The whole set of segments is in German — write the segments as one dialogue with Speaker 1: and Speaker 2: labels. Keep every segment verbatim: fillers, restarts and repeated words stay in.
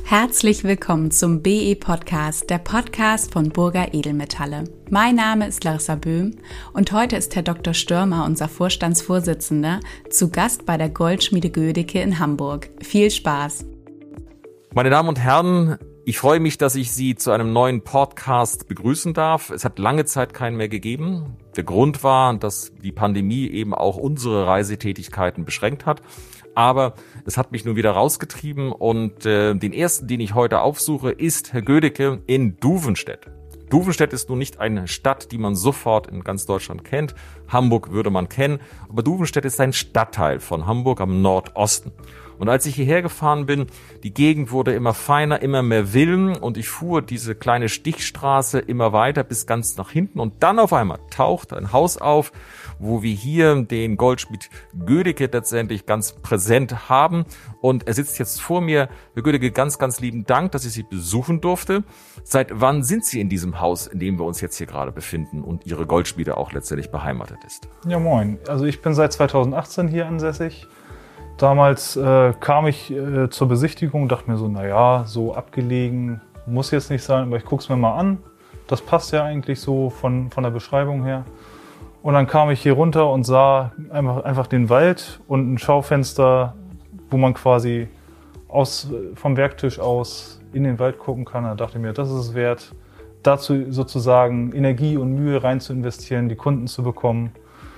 Speaker 1: Herzlich willkommen zum B E-Podcast, der Podcast von Burger Edelmetalle. Mein Name ist Larissa Böhm und heute ist Herr Doktor Störmer, unser Vorstandsvorsitzender, zu Gast bei der Goldschmiede Gödicke in Hamburg. Viel Spaß!
Speaker 2: Meine Damen und Herren, ich freue mich, dass ich Sie zu einem neuen Podcast begrüßen darf. Es hat lange Zeit keinen mehr gegeben. Der Grund war, dass die Pandemie eben auch unsere Reisetätigkeiten beschränkt hat. Aber es hat mich nun wieder rausgetrieben und äh, den ersten, den ich heute aufsuche, ist Herr Gödicke in Duvenstedt. Duvenstedt ist nun nicht eine Stadt, die man sofort in ganz Deutschland kennt. Hamburg würde man kennen, aber Duvenstedt ist ein Stadtteil von Hamburg am Nordosten. Und als ich hierher gefahren bin, die Gegend wurde immer feiner, immer mehr Villen und ich fuhr diese kleine Stichstraße immer weiter bis ganz nach hinten und dann auf einmal taucht ein Haus auf, wo wir hier den Goldschmied Gödicke letztendlich ganz präsent haben. Und er sitzt jetzt vor mir. Herr Gödicke, ganz, ganz lieben Dank, dass ich Sie besuchen durfte. Seit wann sind Sie in diesem Haus, in dem wir uns jetzt hier gerade befinden und Ihre Goldschmiede auch letztendlich beheimatet ist?
Speaker 3: Ja, moin. Also ich bin seit zweitausendachtzehn hier ansässig. Damals äh, kam ich äh, zur Besichtigung und dachte mir so, naja, so abgelegen muss jetzt nicht sein, aber ich gucke es mir mal an. Das passt ja eigentlich so von, von der Beschreibung her. Und dann kam ich hier runter und sah einfach, einfach den Wald und ein Schaufenster, wo man quasi aus, vom Werktisch aus in den Wald gucken kann. Da dachte ich mir, das ist es wert, dazu sozusagen Energie und Mühe rein zu investieren, die Kunden zu bekommen.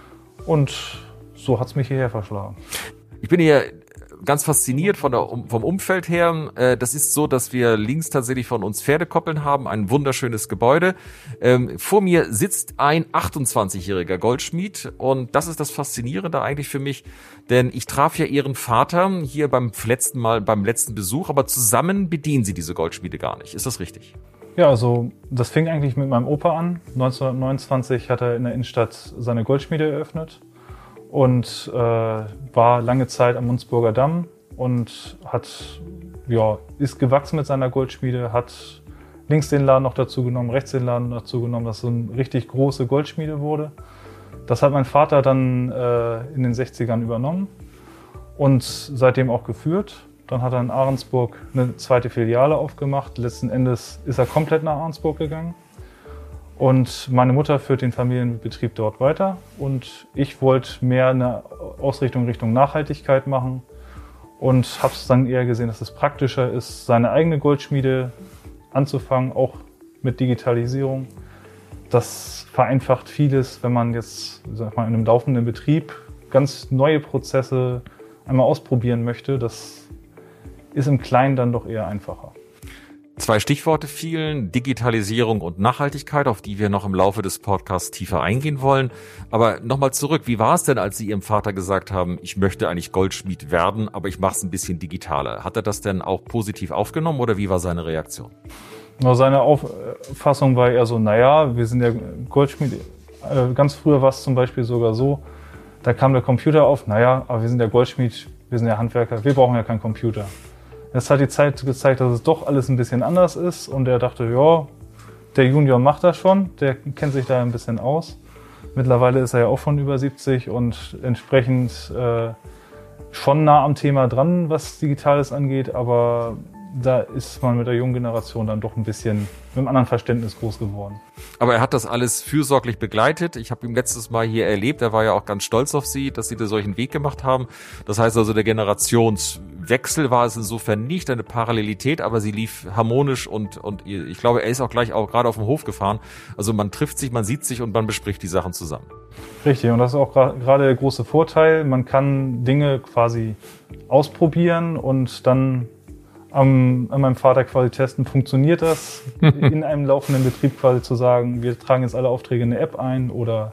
Speaker 3: Und so hat es mich hierher verschlagen.
Speaker 2: Ich bin hier ganz fasziniert von der, vom Umfeld her. Das ist so, dass wir links tatsächlich von uns Pferdekoppeln haben, ein wunderschönes Gebäude. Vor mir sitzt ein achtundzwanzigjähriger Goldschmied und das ist das Faszinierende eigentlich für mich, denn ich traf ja Ihren Vater hier beim letzten Mal, beim letzten Besuch, aber zusammen bedienen Sie diese Goldschmiede gar nicht. Ist das richtig?
Speaker 3: Ja, also das fing eigentlich mit meinem Opa an. neunzehnhundertneunundzwanzig hat er in der Innenstadt seine Goldschmiede eröffnet. Und äh, war lange Zeit am Munzburger Damm und hat, ja, ist gewachsen mit seiner Goldschmiede, hat links den Laden noch dazu genommen, rechts den Laden dazu genommen, dass so eine richtig große Goldschmiede wurde. Das hat mein Vater dann äh, in den sechzigern übernommen und seitdem auch geführt. Dann hat er in Ahrensburg eine zweite Filiale aufgemacht. Letzten Endes ist er komplett nach Ahrensburg gegangen. Und meine Mutter führt den Familienbetrieb dort weiter und ich wollte mehr eine Ausrichtung Richtung Nachhaltigkeit machen und habe es dann eher gesehen, dass es praktischer ist, seine eigene Goldschmiede anzufangen, auch mit Digitalisierung. Das vereinfacht vieles, wenn man jetzt, sag mal, in einem laufenden Betrieb ganz neue Prozesse einmal ausprobieren möchte. Das ist im Kleinen dann doch eher einfacher.
Speaker 2: Zwei Stichworte fielen, Digitalisierung und Nachhaltigkeit, auf die wir noch im Laufe des Podcasts tiefer eingehen wollen. Aber nochmal zurück, wie war es denn, als Sie Ihrem Vater gesagt haben, ich möchte eigentlich Goldschmied werden, aber ich mache es ein bisschen digitaler? Hat er das denn auch positiv aufgenommen oder wie war seine Reaktion?
Speaker 3: Seine Auffassung war eher so, naja, wir sind ja Goldschmied. Ganz früher war es zum Beispiel sogar so, da kam der Computer auf, naja, aber wir sind ja Goldschmied, wir sind ja Handwerker, wir brauchen ja keinen Computer. Es hat die Zeit gezeigt, dass es doch alles ein bisschen anders ist und er dachte, ja, der Junior macht das schon, der kennt sich da ein bisschen aus. Mittlerweile ist er ja auch schon über siebzig und entsprechend äh, schon nah am Thema dran, was Digitales angeht, aber da ist man mit der jungen Generation dann doch ein bisschen mit einem anderen Verständnis groß geworden.
Speaker 2: Aber er hat das alles fürsorglich begleitet. Ich habe ihn letztes Mal hier erlebt. Er war ja auch ganz stolz auf Sie, dass Sie da solchen Weg gemacht haben. Das heißt also, der Generationswechsel war es insofern nicht eine Parallelität, aber sie lief harmonisch und, und ich glaube, er ist auch gleich auch gerade auf dem Hof gefahren. Also man trifft sich, man sieht sich und man bespricht die Sachen zusammen.
Speaker 3: Richtig, und das ist auch gerade der große Vorteil. Man kann Dinge quasi ausprobieren und dann Am, an meinem Vater quasi testen, funktioniert das in einem laufenden Betrieb quasi zu sagen, wir tragen jetzt alle Aufträge in eine App ein oder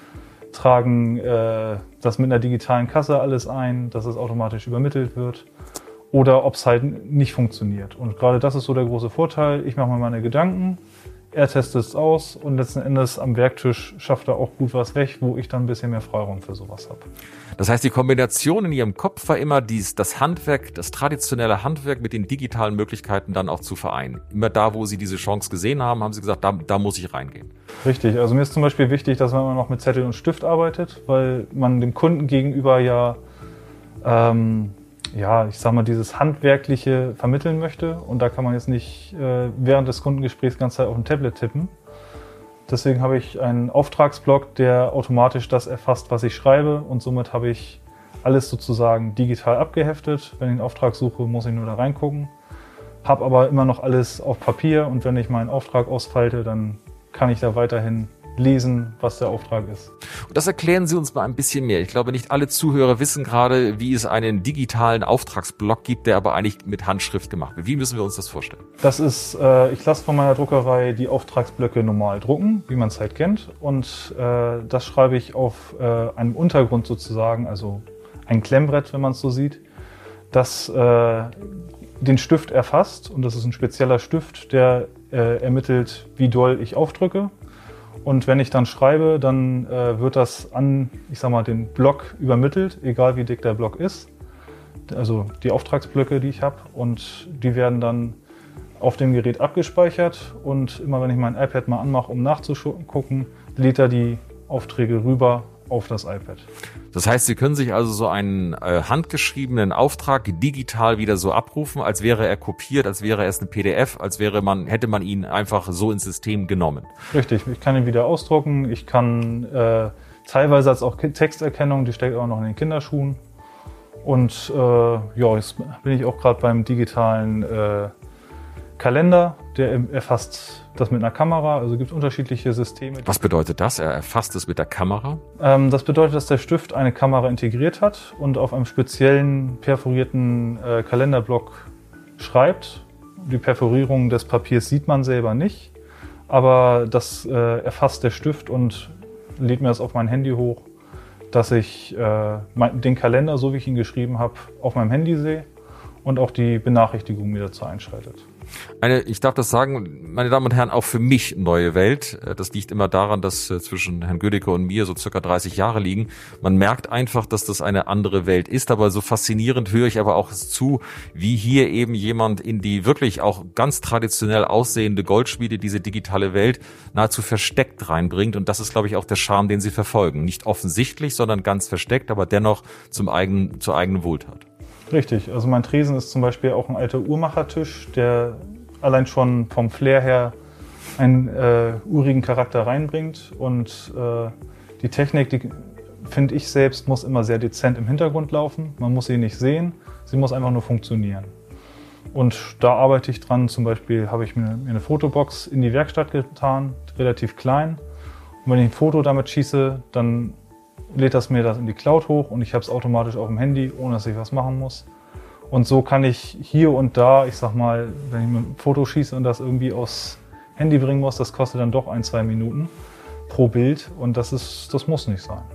Speaker 3: tragen äh, das mit einer digitalen Kasse alles ein, dass es automatisch übermittelt wird oder ob es halt nicht funktioniert. Und gerade das ist so der große Vorteil. Ich mache mir meine Gedanken, er testet es aus und letzten Endes am Werktisch schafft er auch gut was weg, wo ich dann ein bisschen mehr Freiraum für sowas habe.
Speaker 2: Das heißt, die Kombination in Ihrem Kopf war immer dies, das Handwerk, das traditionelle Handwerk mit den digitalen Möglichkeiten dann auch zu vereinen. Immer da, wo Sie diese Chance gesehen haben, haben Sie gesagt, da, da muss ich reingehen.
Speaker 3: Richtig, also mir ist zum Beispiel wichtig, dass man immer noch mit Zettel und Stift arbeitet, weil man dem Kunden gegenüber ja ähm, ja, ich sag mal, dieses Handwerkliche vermitteln möchte. Und da kann man jetzt nicht äh, während des Kundengesprächs die ganze Zeit auf dem Tablet tippen. Deswegen habe ich einen Auftragsblock, der automatisch das erfasst, was ich schreibe. Und somit habe ich alles sozusagen digital abgeheftet. Wenn ich einen Auftrag suche, muss ich nur da reingucken. Habe aber immer noch alles auf Papier. Und wenn ich meinen Auftrag ausfalte, dann kann ich da weiterhin lesen, was der Auftrag ist.
Speaker 2: Und das erklären Sie uns mal ein bisschen mehr. Ich glaube, nicht alle Zuhörer wissen gerade, wie es einen digitalen Auftragsblock gibt, der aber eigentlich mit Handschrift gemacht wird. Wie müssen wir uns das vorstellen?
Speaker 3: Das ist, äh, ich lasse von meiner Druckerei die Auftragsblöcke normal drucken, wie man es halt kennt. Und äh, das schreibe ich auf äh, einem Untergrund sozusagen, also ein Klemmbrett, wenn man es so sieht, das äh, den Stift erfasst. Und das ist ein spezieller Stift, der äh, ermittelt, wie doll ich aufdrücke. Und wenn ich dann schreibe, dann äh, wird das an, ich sag mal, den Block übermittelt, egal wie dick der Block ist. Also die Auftragsblöcke, die ich habe. Und die werden dann auf dem Gerät abgespeichert. Und immer wenn ich mein iPad mal anmache, um nachzugucken, lädt er die Aufträge rüber auf das iPad.
Speaker 2: Das heißt, Sie können sich also so einen äh, handgeschriebenen Auftrag digital wieder so abrufen, als wäre er kopiert, als wäre es eine P D F, als wäre man, hätte man ihn einfach so ins System genommen.
Speaker 3: Richtig, ich kann ihn wieder ausdrucken, ich kann äh, teilweise als auch Texterkennung, die steckt auch noch in den Kinderschuhen. Und äh, ja, jetzt bin ich auch gerade beim digitalen äh, Kalender, der erfasst das mit einer Kamera, also gibt unterschiedliche Systeme.
Speaker 2: Was bedeutet das? Er erfasst es mit der Kamera?
Speaker 3: Ähm, das bedeutet, dass der Stift eine Kamera integriert hat und auf einem speziellen perforierten äh, Kalenderblock schreibt. Die Perforierung des Papiers sieht man selber nicht, aber das äh, erfasst der Stift und lädt mir das auf mein Handy hoch, dass ich äh, mein, den Kalender, so wie ich ihn geschrieben habe, auf meinem Handy sehe und auch die Benachrichtigung mir dazu einschaltet.
Speaker 2: Eine, ich darf das sagen, meine Damen und Herren, auch für mich neue Welt. Das liegt immer daran, dass zwischen Herrn Gödecke und mir so circa dreißig Jahre liegen. Man merkt einfach, dass das eine andere Welt ist, aber so faszinierend höre ich aber auch zu, wie hier eben jemand in die wirklich auch ganz traditionell aussehende Goldschmiede diese digitale Welt nahezu versteckt reinbringt. Und das ist, glaube ich, auch der Charme, den Sie verfolgen. Nicht offensichtlich, sondern ganz versteckt, aber dennoch zum eigenen, zur eigenen Wohltat.
Speaker 3: Richtig, also mein Tresen ist zum Beispiel auch ein alter Uhrmachertisch, der allein schon vom Flair her einen äh, urigen Charakter reinbringt. Und äh, die Technik, die finde ich selbst, muss immer sehr dezent im Hintergrund laufen. Man muss sie nicht sehen, sie muss einfach nur funktionieren. Und da arbeite ich dran. Zum Beispiel habe ich mir eine Fotobox in die Werkstatt getan, relativ klein. Und wenn ich ein Foto damit schieße, dann lädt das mir das in die Cloud hoch und ich habe es automatisch auf dem Handy, ohne dass ich was machen muss. Und so kann ich hier und da, ich sag mal, wenn ich ein Foto schieße und das irgendwie aufs Handy bringen muss, das kostet dann doch ein, zwei Minuten pro Bild und das ist, das muss nicht sein.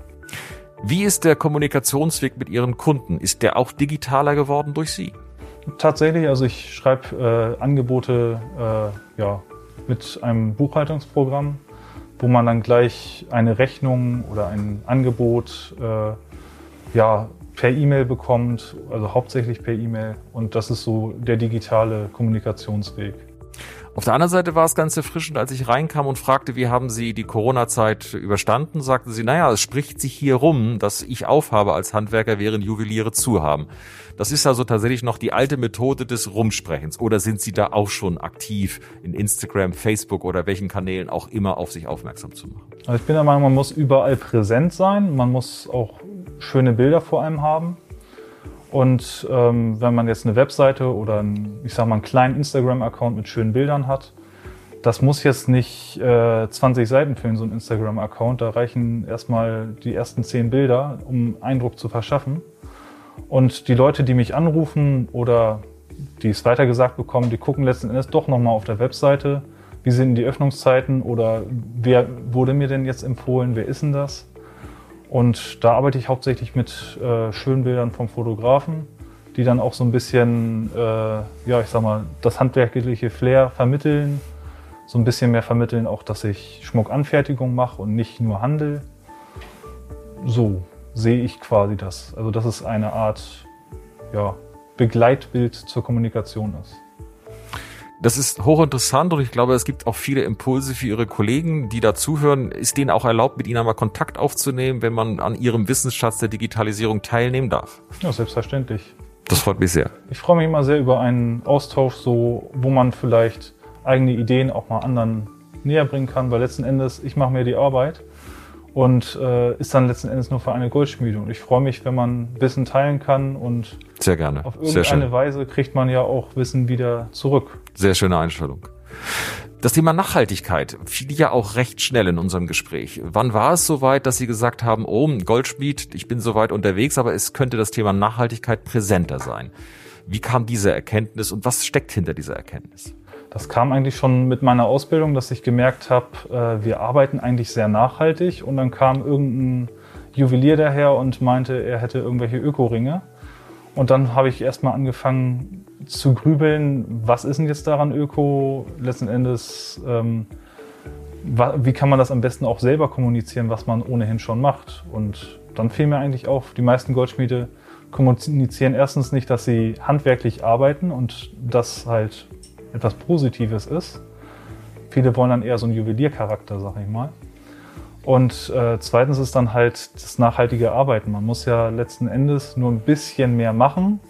Speaker 2: Wie ist der Kommunikationsweg mit Ihren Kunden? Ist der auch digitaler geworden durch Sie?
Speaker 3: Tatsächlich, also ich schreibe äh, Angebote äh, ja, mit einem Buchhaltungsprogramm, wo man dann gleich eine Rechnung oder ein Angebot äh, ja, per E-Mail bekommt, also hauptsächlich per E-Mail. Und das ist so der digitale Kommunikationsweg.
Speaker 2: Auf der anderen Seite war es ganz erfrischend, als ich reinkam und fragte, wie haben Sie die Corona-Zeit überstanden, sagten Sie, naja, es spricht sich hier rum, dass ich aufhabe als Handwerker, während Juweliere zu haben. Das ist also tatsächlich noch die alte Methode des Rumsprechens. Oder sind Sie da auch schon aktiv in Instagram, Facebook oder welchen Kanälen auch immer auf sich aufmerksam zu machen?
Speaker 3: Also ich bin der Meinung, man muss überall präsent sein. Man muss auch schöne Bilder vor allem haben. Und ähm, wenn man jetzt eine Webseite oder einen, ich sag mal, einen kleinen Instagram-Account mit schönen Bildern hat, das muss jetzt nicht äh, zwanzig Seiten füllen, so ein Instagram-Account. Da reichen erstmal die ersten zehn Bilder, um Eindruck zu verschaffen. Und die Leute, die mich anrufen oder die es weitergesagt bekommen, die gucken letzten Endes doch nochmal auf der Webseite, wie sind die Öffnungszeiten oder wer wurde mir denn jetzt empfohlen, wer ist denn das? Und da arbeite ich hauptsächlich mit äh, schönen Bildern vom Fotografen, die dann auch so ein bisschen, äh, ja, ich sag mal, das handwerkliche Flair vermitteln. So ein bisschen mehr vermitteln auch, dass ich Schmuckanfertigung mache und nicht nur Handel. So sehe ich quasi das. Also dass es eine Art, ja, Begleitbild zur Kommunikation ist.
Speaker 2: Das ist hochinteressant und ich glaube, es gibt auch viele Impulse für Ihre Kollegen, die da zuhören. Ist denen auch erlaubt, mit Ihnen einmal Kontakt aufzunehmen, wenn man an Ihrem Wissensschatz der Digitalisierung teilnehmen darf?
Speaker 3: Ja, selbstverständlich.
Speaker 2: Das freut mich sehr.
Speaker 3: Ich freue mich immer sehr über einen Austausch, so, wo man vielleicht eigene Ideen auch mal anderen näher bringen kann, weil letzten Endes, ich mache mir die Arbeit und äh, ist dann letzten Endes nur für eine Goldschmiede. Und ich freue mich, wenn man Wissen teilen kann und
Speaker 2: sehr gerne.
Speaker 3: Auf irgendeine
Speaker 2: sehr schön.
Speaker 3: Weise kriegt man ja auch Wissen wieder zurück.
Speaker 2: Sehr schöne Einstellung. Das Thema Nachhaltigkeit fiel ja auch recht schnell in unserem Gespräch. Wann war es soweit, dass Sie gesagt haben, oh, Goldschmied, ich bin soweit unterwegs, aber es könnte das Thema Nachhaltigkeit präsenter sein? Wie kam diese Erkenntnis und was steckt hinter dieser Erkenntnis?
Speaker 3: Das kam eigentlich schon mit meiner Ausbildung, dass ich gemerkt habe, äh, wir arbeiten eigentlich sehr nachhaltig. Und dann kam irgendein Juwelier daher und meinte, er hätte irgendwelche Ökoringe. Und dann habe ich erstmal angefangen zu grübeln, was ist denn jetzt daran Öko? Letzten Endes, ähm, wie kann man das am besten auch selber kommunizieren, was man ohnehin schon macht? Und dann fiel mir eigentlich auf, die meisten Goldschmiede kommunizieren erstens nicht, dass sie handwerklich arbeiten und das halt etwas Positives ist. Viele wollen dann eher so einen Juweliercharakter, sag ich mal. Und äh, zweitens ist dann halt das nachhaltige Arbeiten. Man muss ja letzten Endes nur ein bisschen mehr machen,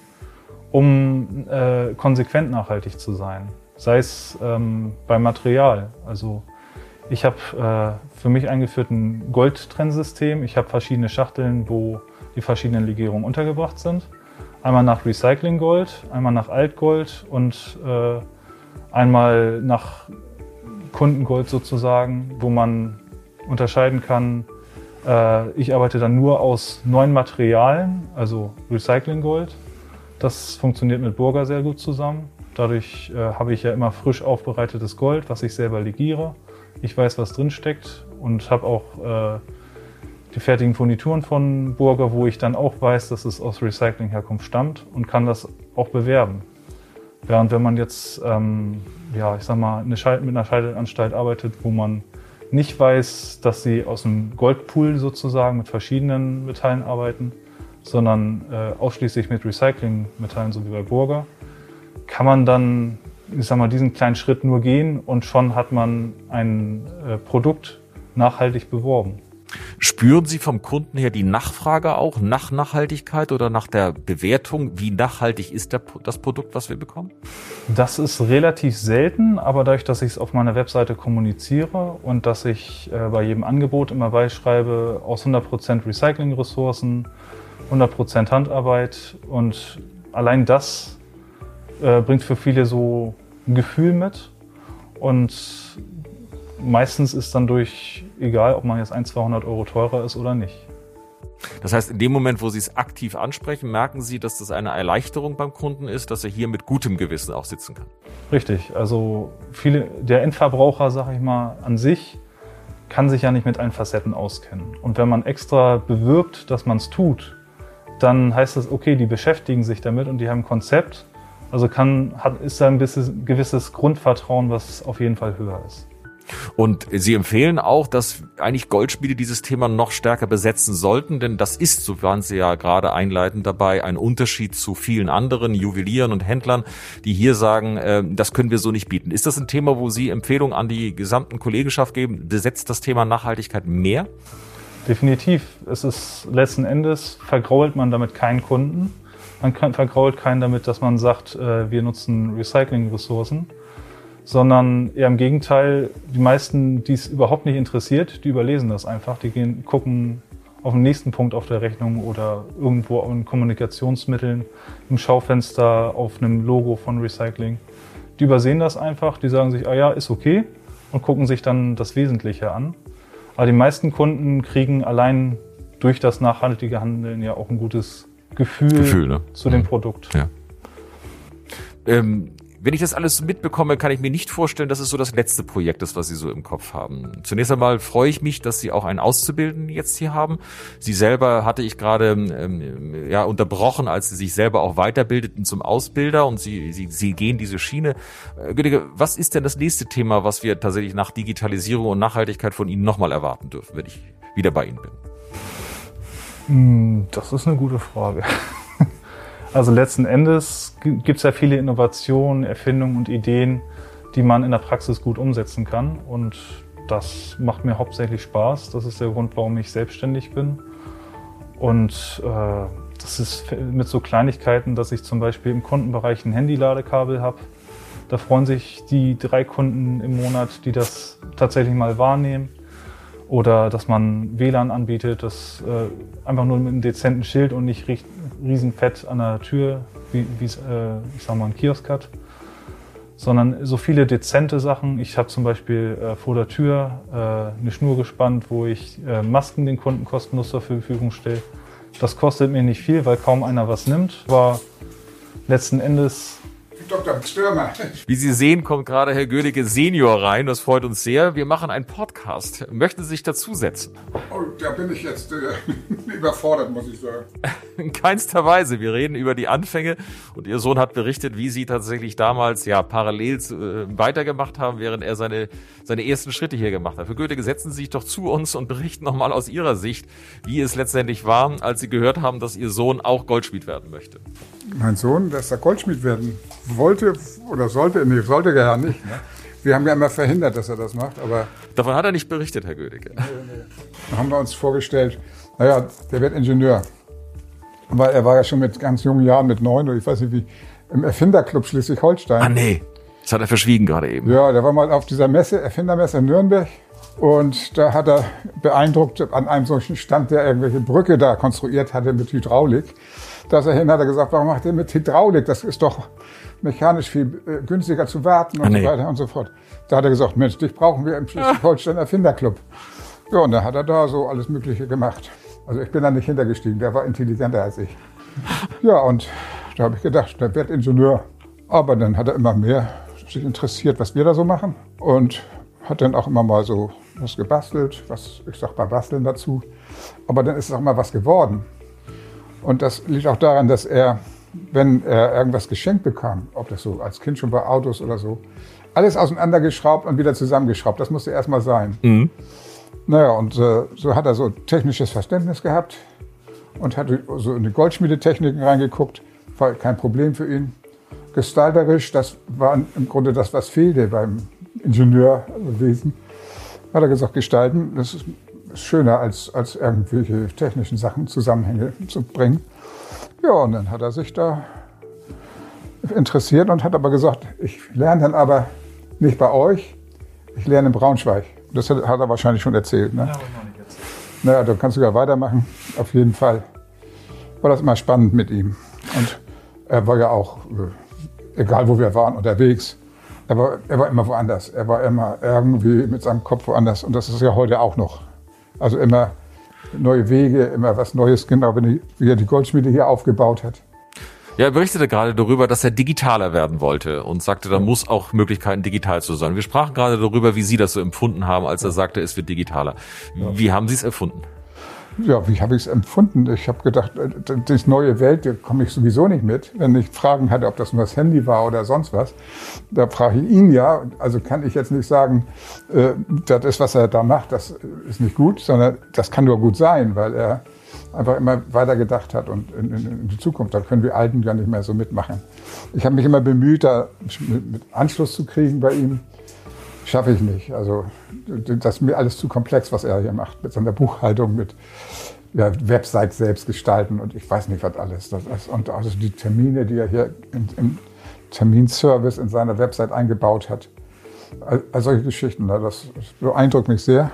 Speaker 3: um äh, konsequent nachhaltig zu sein. Sei es ähm, beim Material. Also ich habe äh, für mich eingeführt ein Goldtrennsystem. Ich habe verschiedene Schachteln, wo die verschiedenen Legierungen untergebracht sind. Einmal nach Recycling-Gold, einmal nach Altgold und äh, einmal nach Kundengold sozusagen, wo man unterscheiden kann, äh, ich arbeite dann nur aus neuen Materialien, also Recycling-Gold. Das funktioniert mit Burga sehr gut zusammen. Dadurch äh, habe ich ja immer frisch aufbereitetes Gold, was ich selber legiere. Ich weiß, was drin steckt und habe auch äh, die fertigen Furnituren von Burga, wo ich dann auch weiß, dass es aus Recycling-Herkunft stammt und kann das auch bewerben. Während wenn man jetzt, ähm, ja, ich sag mal, eine Schalt- mit einer Scheitelanstalt arbeitet, wo man nicht weiß, dass sie aus einem Goldpool sozusagen mit verschiedenen Metallen arbeiten, sondern äh, ausschließlich mit Recycling-Metallen, so wie bei Burga, kann man dann, ich sag mal, diesen kleinen Schritt nur gehen und schon hat man ein äh, Produkt nachhaltig beworben.
Speaker 2: Spüren Sie vom Kunden her die Nachfrage auch nach Nachhaltigkeit oder nach der Bewertung? Wie nachhaltig ist der, das Produkt, was wir bekommen?
Speaker 3: Das ist relativ selten, aber dadurch, dass ich es auf meiner Webseite kommuniziere und dass ich äh, bei jedem Angebot immer beischreibe, aus hundert Prozent Recycling-Ressourcen, hundert Prozent Handarbeit und allein das äh, bringt für viele so ein Gefühl mit und meistens ist dann durch, egal ob man jetzt ein, zweihundert Euro teurer ist oder nicht.
Speaker 2: Das heißt, in dem Moment, wo Sie es aktiv ansprechen, merken Sie, dass das eine Erleichterung beim Kunden ist, dass er hier mit gutem Gewissen auch sitzen kann.
Speaker 3: Richtig, also viele, der Endverbraucher, sag ich mal, an sich kann sich ja nicht mit allen Facetten auskennen. Und wenn man extra bewirbt, dass man es tut, dann heißt das, okay, die beschäftigen sich damit und die haben ein Konzept. Also kann, hat, ist da ein bisschen, gewisses Grundvertrauen, was auf jeden Fall höher ist.
Speaker 2: Und Sie empfehlen auch, dass eigentlich Goldschmiede dieses Thema noch stärker besetzen sollten, denn das ist, so waren Sie ja gerade einleitend dabei, ein Unterschied zu vielen anderen Juwelieren und Händlern, die hier sagen, äh, das können wir so nicht bieten. Ist das ein Thema, wo Sie Empfehlungen an die gesamten Kollegenschaft geben? Besetzt das Thema Nachhaltigkeit mehr?
Speaker 3: Definitiv. Es ist letzten Endes, vergrault man damit keinen Kunden. Man kann, vergrault keinen damit, dass man sagt, äh, wir nutzen Recycling-Ressourcen. Sondern eher im Gegenteil, die meisten, die es überhaupt nicht interessiert, die überlesen das einfach. Die gehen, gucken auf den nächsten Punkt auf der Rechnung oder irgendwo in Kommunikationsmitteln, im Schaufenster, auf einem Logo von Recycling. Die übersehen das einfach, die sagen sich, ah ja, ist okay und gucken sich dann das Wesentliche an. Aber die meisten Kunden kriegen allein durch das nachhaltige Handeln ja auch ein gutes Gefühl, Gefühl ne? zu dem mhm. Produkt.
Speaker 2: Ja. Ähm Wenn ich das alles mitbekomme, kann ich mir nicht vorstellen, dass es so das letzte Projekt ist, was Sie so im Kopf haben. Zunächst einmal freue ich mich, dass Sie auch einen Auszubildenden jetzt hier haben. Sie selber hatte ich gerade ähm, ja unterbrochen, als Sie sich selber auch weiterbildeten zum Ausbilder und Sie, Sie, Sie gehen diese Schiene. Äh, was ist denn das nächste Thema, was wir tatsächlich nach Digitalisierung und Nachhaltigkeit von Ihnen nochmal erwarten dürfen, wenn ich wieder bei Ihnen bin?
Speaker 3: Das ist eine gute Frage. Also letzten Endes gibt es ja viele Innovationen, Erfindungen und Ideen, die man in der Praxis gut umsetzen kann. Und das macht mir hauptsächlich Spaß. Das ist der Grund, warum ich selbstständig bin. Und äh, das ist mit so Kleinigkeiten, dass ich zum Beispiel im Kundenbereich ein Handy-Ladekabel habe. Da freuen sich die drei Kunden im Monat, die das tatsächlich mal wahrnehmen. Oder dass man W L A N anbietet, das äh, einfach nur mit einem dezenten Schild und nicht riesenfett an der Tür, wie es, äh, ich sag mal, ein Kiosk hat. Sondern so viele dezente Sachen. Ich habe zum Beispiel äh, vor der Tür äh, eine Schnur gespannt, wo ich äh, Masken den Kunden kostenlos zur Verfügung stelle. Das kostet mir nicht viel, weil kaum einer was nimmt. Aber letzten Endes...
Speaker 4: Doktor Störmer.
Speaker 2: Wie Sie sehen, kommt gerade Herr Gödicke Senior rein. Das freut uns sehr. Wir machen einen Podcast. Möchten Sie sich dazusetzen?
Speaker 4: Oh, da bin ich jetzt äh, überfordert, muss ich sagen.
Speaker 2: In keinster Weise. Wir reden über die Anfänge und Ihr Sohn hat berichtet, wie Sie tatsächlich damals ja parallel äh, weitergemacht haben, während er seine, seine ersten Schritte hier gemacht hat. Herr Gödicke, setzen Sie sich doch zu uns und berichten nochmal aus Ihrer Sicht, wie es letztendlich war, als Sie gehört haben, dass Ihr Sohn auch Goldschmied werden möchte.
Speaker 4: Mein Sohn, dass er Goldschmied werden wollte oder sollte, nee, sollte er ja nicht. Ne? Wir haben ja immer verhindert, dass er das macht, aber...
Speaker 2: Davon hat er nicht berichtet, Herr Gödicke.
Speaker 4: Nee, nee. Dann haben wir uns vorgestellt, naja, der wird Ingenieur. Weil er war ja schon mit ganz jungen Jahren, mit neun oder ich weiß nicht wie, im Erfinderclub Schleswig-Holstein.
Speaker 2: Ah nee, das hat er verschwiegen gerade eben.
Speaker 4: Ja, der war mal auf dieser Messe, Erfindermesse in Nürnberg. Und da hat er beeindruckt an einem solchen Stand, der irgendwelche Brücke da konstruiert hatte mit Hydraulik. Da ist er hin, hat er gesagt, warum macht ihr mit Hydraulik? Das ist doch mechanisch viel äh, günstiger zu warten und ah, nee. so weiter und so fort. Da hat er gesagt, Mensch, dich brauchen wir im Schleswig-Holstein Erfinderclub. Ja, und da hat er da so alles Mögliche gemacht. Also ich bin da nicht hintergestiegen, der war intelligenter als ich. Ja, und da habe ich gedacht, der wird Ingenieur. Aber dann hat er immer mehr sich interessiert, was wir da so machen. Und hat dann auch immer mal so was gebastelt, was, ich sag mal basteln dazu. Aber dann ist es auch mal was geworden. Und das liegt auch daran, dass er, wenn er irgendwas geschenkt bekam, ob das so als Kind schon bei Autos oder so, alles auseinandergeschraubt und wieder zusammengeschraubt. Das musste erst mal sein. Mhm. Naja, und äh, so hat er so technisches Verständnis gehabt und hat so in die Goldschmiedetechniken reingeguckt. War kein Problem für ihn. Gestalterisch, das war im Grunde das, was fehlte beim Ingenieurwesen. Hat er gesagt, gestalten, das ist ist schöner, als, als irgendwelche technischen Sachen, Zusammenhänge zu bringen. Ja, und dann hat er sich da interessiert und hat aber gesagt, ich lerne dann aber nicht bei euch, ich lerne in Braunschweig. Das hat, hat er wahrscheinlich schon erzählt. Ne? Ja, habe ich noch nicht erzählt. Naja, dann kannst du ja weitermachen, auf jeden Fall. War das immer spannend mit ihm. Und er war ja auch, egal wo wir waren, unterwegs. Er war, er war immer woanders. Er war immer irgendwie mit seinem Kopf woanders. Und das ist ja heute auch noch. Also immer neue Wege, immer was Neues, genau wie er die Goldschmiede hier aufgebaut hat.
Speaker 2: Ja, er berichtete gerade darüber, dass er digitaler werden wollte und sagte, da muss auch Möglichkeiten, digital zu sein. Wir sprachen gerade darüber, wie Sie das so empfunden haben, als er sagte, es wird digitaler. Wie haben Sie es erfunden?
Speaker 4: Ja, wie habe ich es empfunden? Ich habe gedacht, das neue Welt, da komme ich sowieso nicht mit. Wenn ich Fragen hatte, ob das nur das Handy war oder sonst was, da frage ich ihn ja. Also kann ich jetzt nicht sagen, äh, das ist, was er da macht, das ist nicht gut, sondern das kann nur gut sein, weil er einfach immer weiter gedacht hat und in, in, in die Zukunft. Da können wir Alten ja nicht mehr so mitmachen. Ich habe mich immer bemüht, da mit, mit Anschluss zu kriegen bei ihm. Schaffe ich nicht. Also das ist mir alles zu komplex, was er hier macht mit seiner Buchhaltung, mit ja, Website selbst gestalten und ich weiß nicht, was alles. Das ist, und also die Termine, die er hier im, im Terminservice in seiner Website eingebaut hat. Also solche Geschichten, das beeindruckt mich sehr.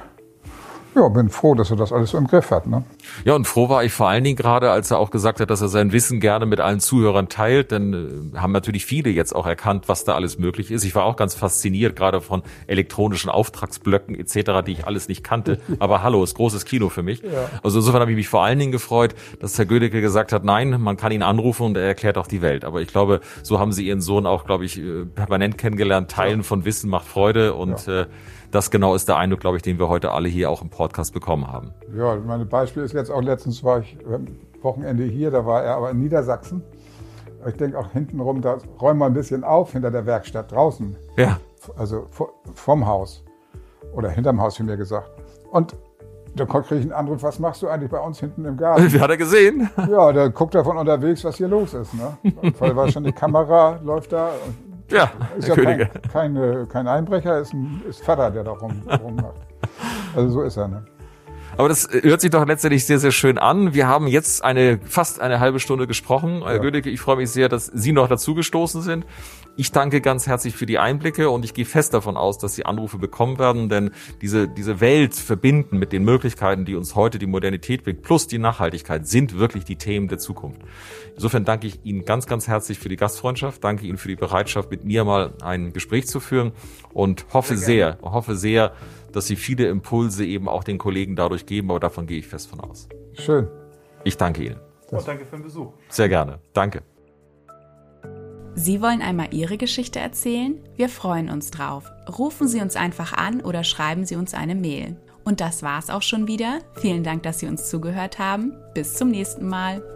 Speaker 4: Ja, bin froh, dass er das alles so im Griff hat. Ne?
Speaker 2: Ja, und froh war ich vor allen Dingen gerade, als er auch gesagt hat, dass er sein Wissen gerne mit allen Zuhörern teilt. Denn äh, haben natürlich viele jetzt auch erkannt, was da alles möglich ist. Ich war auch ganz fasziniert, gerade von elektronischen Auftragsblöcken et cetera, die ich alles nicht kannte. Aber hallo, ist großes Kino für mich. Ja. Also insofern habe ich mich vor allen Dingen gefreut, dass Herr Gödicke gesagt hat, nein, man kann ihn anrufen und er erklärt auch die Welt. Aber ich glaube, so haben Sie Ihren Sohn auch, glaube ich, permanent kennengelernt. Teilen ja. von Wissen macht Freude und ja. äh, das genau ist der Eindruck, glaube ich, den wir heute alle hier auch im Podcast bekommen haben.
Speaker 4: Ja, mein Beispiel ist jetzt auch, letztens war ich am Wochenende hier, da war er aber in Niedersachsen. Ich denke auch hintenrum, da räumen wir ein bisschen auf hinter der Werkstatt draußen.
Speaker 2: Ja.
Speaker 4: Also vom Haus oder hinterm Haus, wie mir gesagt. Und da kriege ich einen Anruf, was machst du eigentlich bei uns hinten im Garten?
Speaker 2: Wie hat er gesehen?
Speaker 4: Ja, da guckt er von unterwegs, was hier los ist. Ne? Weil war schon die Kamera läuft da.
Speaker 2: Ja,
Speaker 4: ist ja kein, kein, kein Einbrecher, ist ein ist Vater, der da rum, rummacht. Also so ist er. Ne?
Speaker 2: Aber das hört sich doch letztendlich sehr, sehr schön an. Wir haben jetzt eine fast eine halbe Stunde gesprochen. Herr ja. Gödicke, ich freue mich sehr, dass Sie noch dazugestoßen sind. Ich danke ganz herzlich für die Einblicke und ich gehe fest davon aus, dass Sie Anrufe bekommen werden, denn diese, diese Welt verbinden mit den Möglichkeiten, die uns heute die Modernität bringt, plus die Nachhaltigkeit, sind wirklich die Themen der Zukunft. Insofern danke ich Ihnen ganz, ganz herzlich für die Gastfreundschaft, danke Ihnen für die Bereitschaft, mit mir mal ein Gespräch zu führen und hoffe sehr, sehr hoffe sehr, dass Sie viele Impulse eben auch den Kollegen dadurch geben, aber davon gehe ich fest von aus.
Speaker 4: Schön.
Speaker 2: Ich danke Ihnen.
Speaker 3: Und danke für den Besuch.
Speaker 2: Sehr gerne. Danke.
Speaker 1: Sie wollen einmal Ihre Geschichte erzählen? Wir freuen uns drauf. Rufen Sie uns einfach an oder schreiben Sie uns eine Mail. Und das war's auch schon wieder. Vielen Dank, dass Sie uns zugehört haben. Bis zum nächsten Mal.